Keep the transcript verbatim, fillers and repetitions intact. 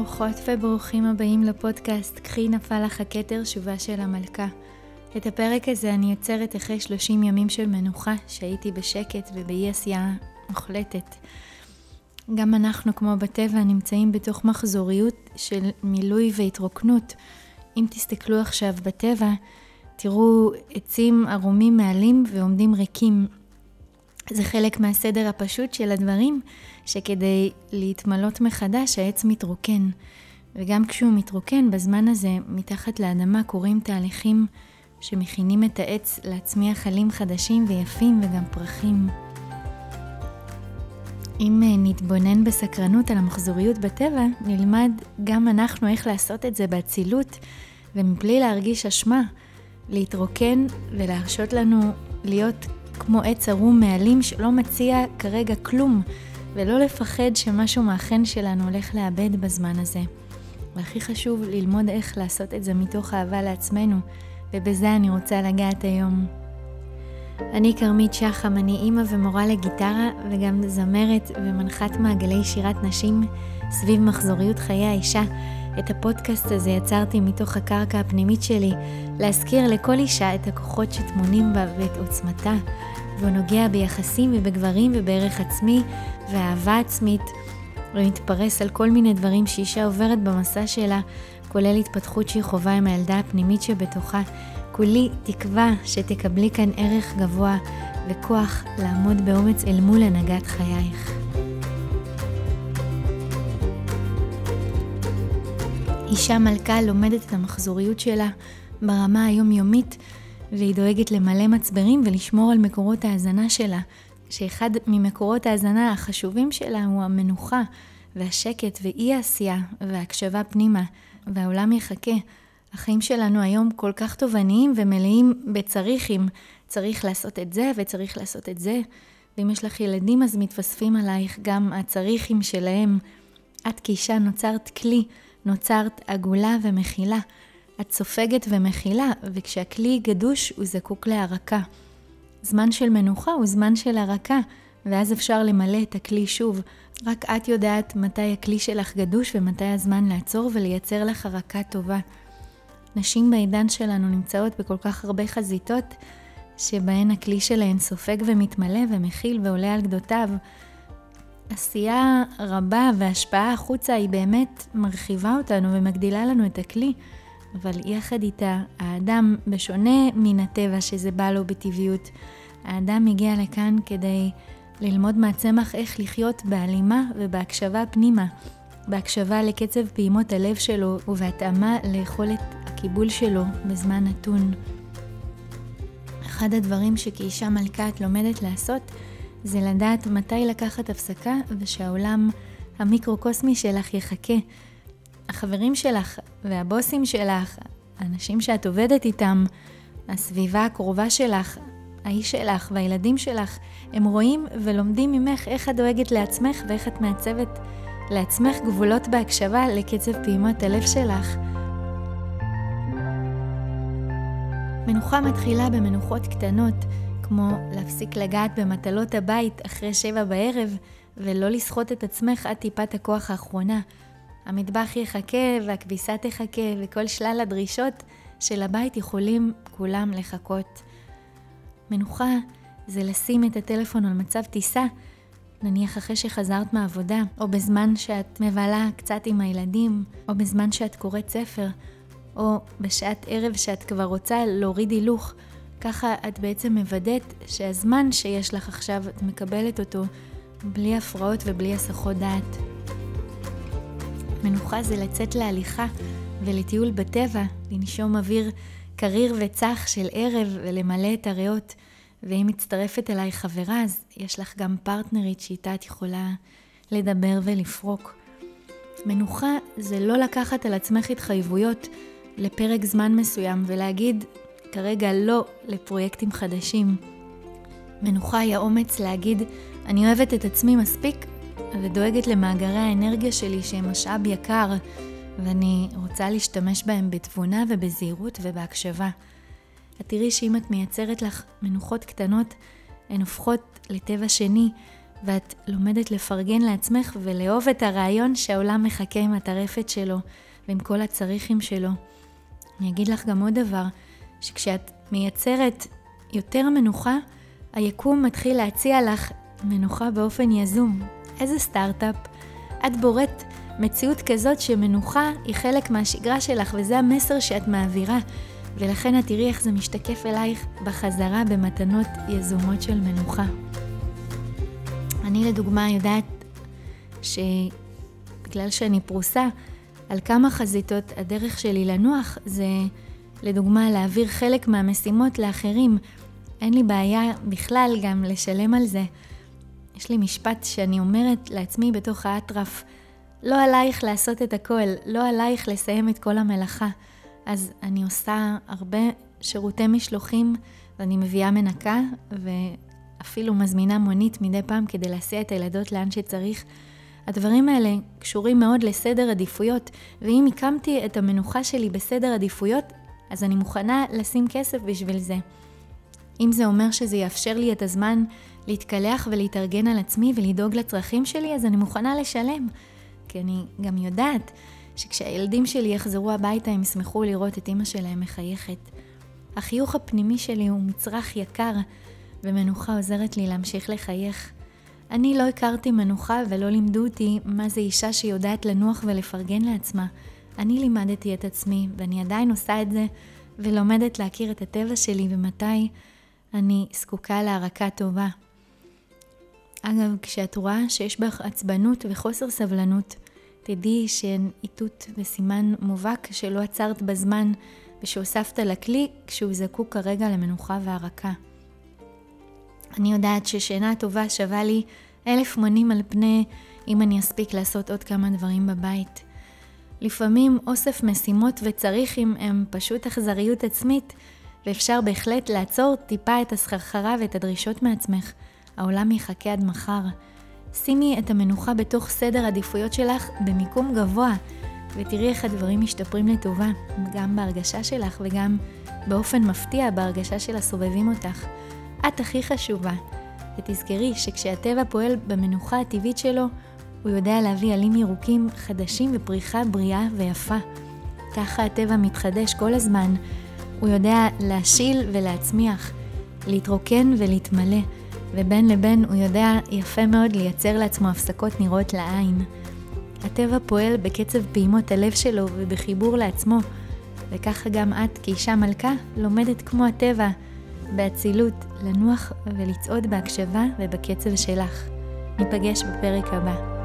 ברוכות וברוכים הבאים לפודקאסט קחי נפל לך הכתר שובה של המלכה. את הפרק הזה אני יוצרת אחרי שלושים ימים של מנוחה שהייתי בשקט ובאי עשייה מוחלטת. גם אנחנו כמו בטבע נמצאים בתוך מחזוריות של מילוי והתרוקנות. אם תסתכלו עכשיו בטבע תראו עצים ערומים מעלים ועומדים ריקים. זה חלק מהסדר הפשוט של הדברים, שכדי להתמלות מחדש העץ מתרוקן. וגם כשהוא מתרוקן, בזמן הזה מתחת לאדמה קורים תהליכים שמכינים את העץ להצמיח עלים חדשים ויפים וגם פרחים. אם נתבונן בסקרנות על המחזוריות בטבע, נלמד גם אנחנו איך לעשות את זה באצילות ומבלי להרגיש אשמה, להתרוקן ולהרשות לנו להיות כמו עץ ערום מעלים שלא מציע כרגע כלום, ולא לפחד שמשהו מהחן שלנו הולך לאבד בזמן הזה. והכי חשוב ללמוד איך לעשות את זה מתוך אהבה לעצמנו, ובזה אני רוצה לגעת היום. אני כרמית שחם, אני אימא ומורה לגיטרה וגם זמרת ומנחת מעגלי שירת נשים סביב מחזוריות חיי האישה. את הפודקאסט הזה יצרתי מתוך הקרקע הפנימית שלי, להזכיר לכל אישה את הכוחות שטמונים בה ואת עוצמתה, והוא נוגע ביחסים ובגברים ובערך עצמי ואהבה עצמית, ומתפרס על כל מיני דברים שאישה עוברת במסע שלה, כולל התפתחות שהיא חובה עם הילדה הפנימית שבתוכה. כולי תקווה שתקבלי כאן ערך גבוה וכוח לעמוד באומץ אל מול הנהגת חייך. אישה מלכה לומדת את המחזוריות שלה ברמה היומיומית, והיא דואגת למלא מצברים ולשמור על מקורות ההזנה שלה, שאחד ממקורות ההזנה החשובים שלה הוא המנוחה והשקט ואי העשייה וההקשבה פנימה, והעולם יחכה. החיים שלנו היום כל כך תובעניים ומלאים בצריכים, צריך לעשות את זה וצריך לעשות את זה, ואם יש לך ילדים אז מתווספים עלייך גם הצריכים שלהם. את כאישה נוצרת כלי, נוצרת עגולה ומכילה. את סופגת ומכילה, וכשהכלי גדוש הוא זקוק להרקה. זמן של מנוחה הוא זמן של הרקה, ואז אפשר למלא את הכלי שוב. רק את יודעת מתי הכלי שלך גדוש ומתי הזמן לעצור ולייצר לך הרקה טובה. נשים בעידן שלנו נמצאות בכל כך הרבה חזיתות, שבהן הכלי שלהן סופג ומתמלא ומכיל ועולה על גדותיו. עשייה רבה והשפעה החוצה היא באמת מרחיבה אותנו ומגדילה לנו את הכלי, אבל יחד איתה האדם, בשונה מן הטבע שזה בא לו בטבעיות, האדם מגיע לכאן כדי ללמוד מהצמח איך לחיות בהלימה ובהקשבה פנימה, בהקשבה לקצב פעימות הלב שלו ובהתאמה ליכולת הקיבול שלו בזמן נתון. אחד הדברים שכאישה מלכה את לומדת לעשות זה לדעת מתי לקחת הפסקה ושהעולם המיקרוקוסמי שלך יחכה. החברים שלך והבוסים שלך, האנשים שאת עובדת איתם, הסביבה הקרובה שלך, האיש שלך והילדים שלך, הם רואים ולומדים ממך איך את דואגת לעצמך ואיך את מעצבת לעצמך גבולות בהקשבה לקצב פעימות הלב שלך. מנוחה מתחילה במנוחות קטנות, כמו להפסיק לגעת במטלות הבית אחרי שבע בערב, ולא לסחוט את עצמך עד טיפת הכוח האחרונה. המטבח יחכה והכביסה תחכה, וכל שלל הדרישות של הבית יכולים כולם לחכות. מנוחה זה לשים את הטלפון על מצב טיסה, נניח אחרי שחזרת מהעבודה, או בזמן שאת מבלה קצת עם הילדים, או בזמן שאת קוראת ספר, או בשעת ערב שאת כבר רוצה להוריד הילוך. ככה את בעצם מוודאת שהזמן שיש לך עכשיו את מקבלת אותו בלי הפרעות ובלי הסחות דעת. מנוחה זה לצאת להליכה ולטיול בטבע, לנשום אוויר קריר וצח של ערב ולמלא את הריאות. ואם מצטרפת אליי חברה, אז יש לך גם פרטנרית שאיתה את יכולה לדבר ולפרוק. מנוחה זה לא לקחת על עצמך התחייבויות לפרק זמן מסוים ולהגיד כרגע לא לפרויקטים חדשים. מנוחה היא האומץ להגיד אני אוהבת את עצמי מספיק ודואגת למאגרי האנרגיה שלי שהם משאב יקר, ואני רוצה להשתמש בהם בתבונה ובזהירות ובהקשבה. את תראי שאם את מייצרת לך מנוחות קטנות, הן הופכות לטבע שני, ואת לומדת לפרגן לעצמך ולאהוב את הרעיון שהעולם מחכה עם הטרפת שלו ועם כל הצריכים שלו. אני אגיד לך גם עוד דבר, שכשאת מייצרת יותר מנוחה, היקום מתחיל להציע לך מנוחה באופן יזום. איזה סטארט-אפ? את בוראת מציאות כזאת שמנוחה היא חלק מהשגרה שלך, וזה המסר שאת מעבירה, ולכן את תראי איך זה משתקף אלייך בחזרה במתנות יזומות של מנוחה. אני לדוגמה יודעת שבגלל שאני פרוסה על כמה חזיתות, הדרך שלי לנוח זה לדוגמה להעביר חלק מהמשימות לאחרים. אין לי בעיה בכלל גם לשלם על זה. יש לי משפט שאני אומרת לעצמי בתוך האטרף, לא עלייך לעשות את הכל, לא עלייך לסיים את כל המלאכה. אז אני עושה הרבה שירותי משלוחים, ואני מביאה מנקה, ואפילו מזמינה מונית מדי פעם כדי להסיע את הילדות לאן שצריך. הדברים האלה קשורים מאוד לסדר עדיפויות, ואם הקמתי את המנוחה שלי בסדר עדיפויות, אז אני מוכנה לשים כסף בשביל זה. אם זה אומר שזה יאפשר לי את הזמן להתקלח ולהתארגן על עצמי ולדאוג לצרכים שלי, אז אני מוכנה לשלם. כי אני גם יודעת שכשהילדים שלי יחזרו הביתה הם ישמחו לראות את אמא שלהם מחייכת. החיוך הפנימי שלי הוא מצרך יקר, ומנוחה עוזרת לי להמשיך לחייך. אני לא הכרתי מנוחה ולא לימדו אותי מה זה אישה שיודעת לנוח ולפרגן לעצמה. אני לימדתי את עצמי ואני עדיין עושה את זה ולומדת להכיר את הטבע שלי ומתי אני זקוקה להערקה טובה. אגב, כשאת רואה שיש בך עצבנות וחוסר סבלנות, תדעי שהן איתות וסימן מובהק שלא עצרת בזמן ושהוספת לכלי כשהוא זקוק כרגע למנוחה והערקה. אני יודעת ששינה טובה שווה לי אלף מונים על פני אם אני אספיק לעשות עוד כמה דברים בבית. לפעמים אוסף משימות וצריכים הם פשוט אכזריות עצמית, ואפשר בהחלט לעצור טיפה את הסחרחרה ואת הדרישות מעצמך. העולם יחכה עד מחר. שימי את המנוחה בתוך סדר עדיפויות שלך במיקום גבוה, ותראי איך הדברים משתפרים לטובה, גם בהרגשה שלך וגם באופן מפתיע בהרגשה של הסובבים אותך. את הכי חשובה, ותזכרי שכשהטבע פועל במנוחה הטבעית שלו, הוא יודע להביא עלים ירוקים חדשים ופריחה בריאה ויפה. ככה הטבע מתחדש כל הזמן. הוא יודע להשיל ולהצמיח, להתרוקן ולהתמלא, ובין לבין הוא יודע יפה מאוד לייצר לעצמו הפסקות נראות לעין. הטבע פועל בקצב פעימות הלב שלו ובחיבור לעצמו, וככה גם את כאישה מלכה לומדת כמו הטבע, באצילות, לנוח ולצעוד בהקשבה ובקצב שלך. ניפגש בפרק הבא.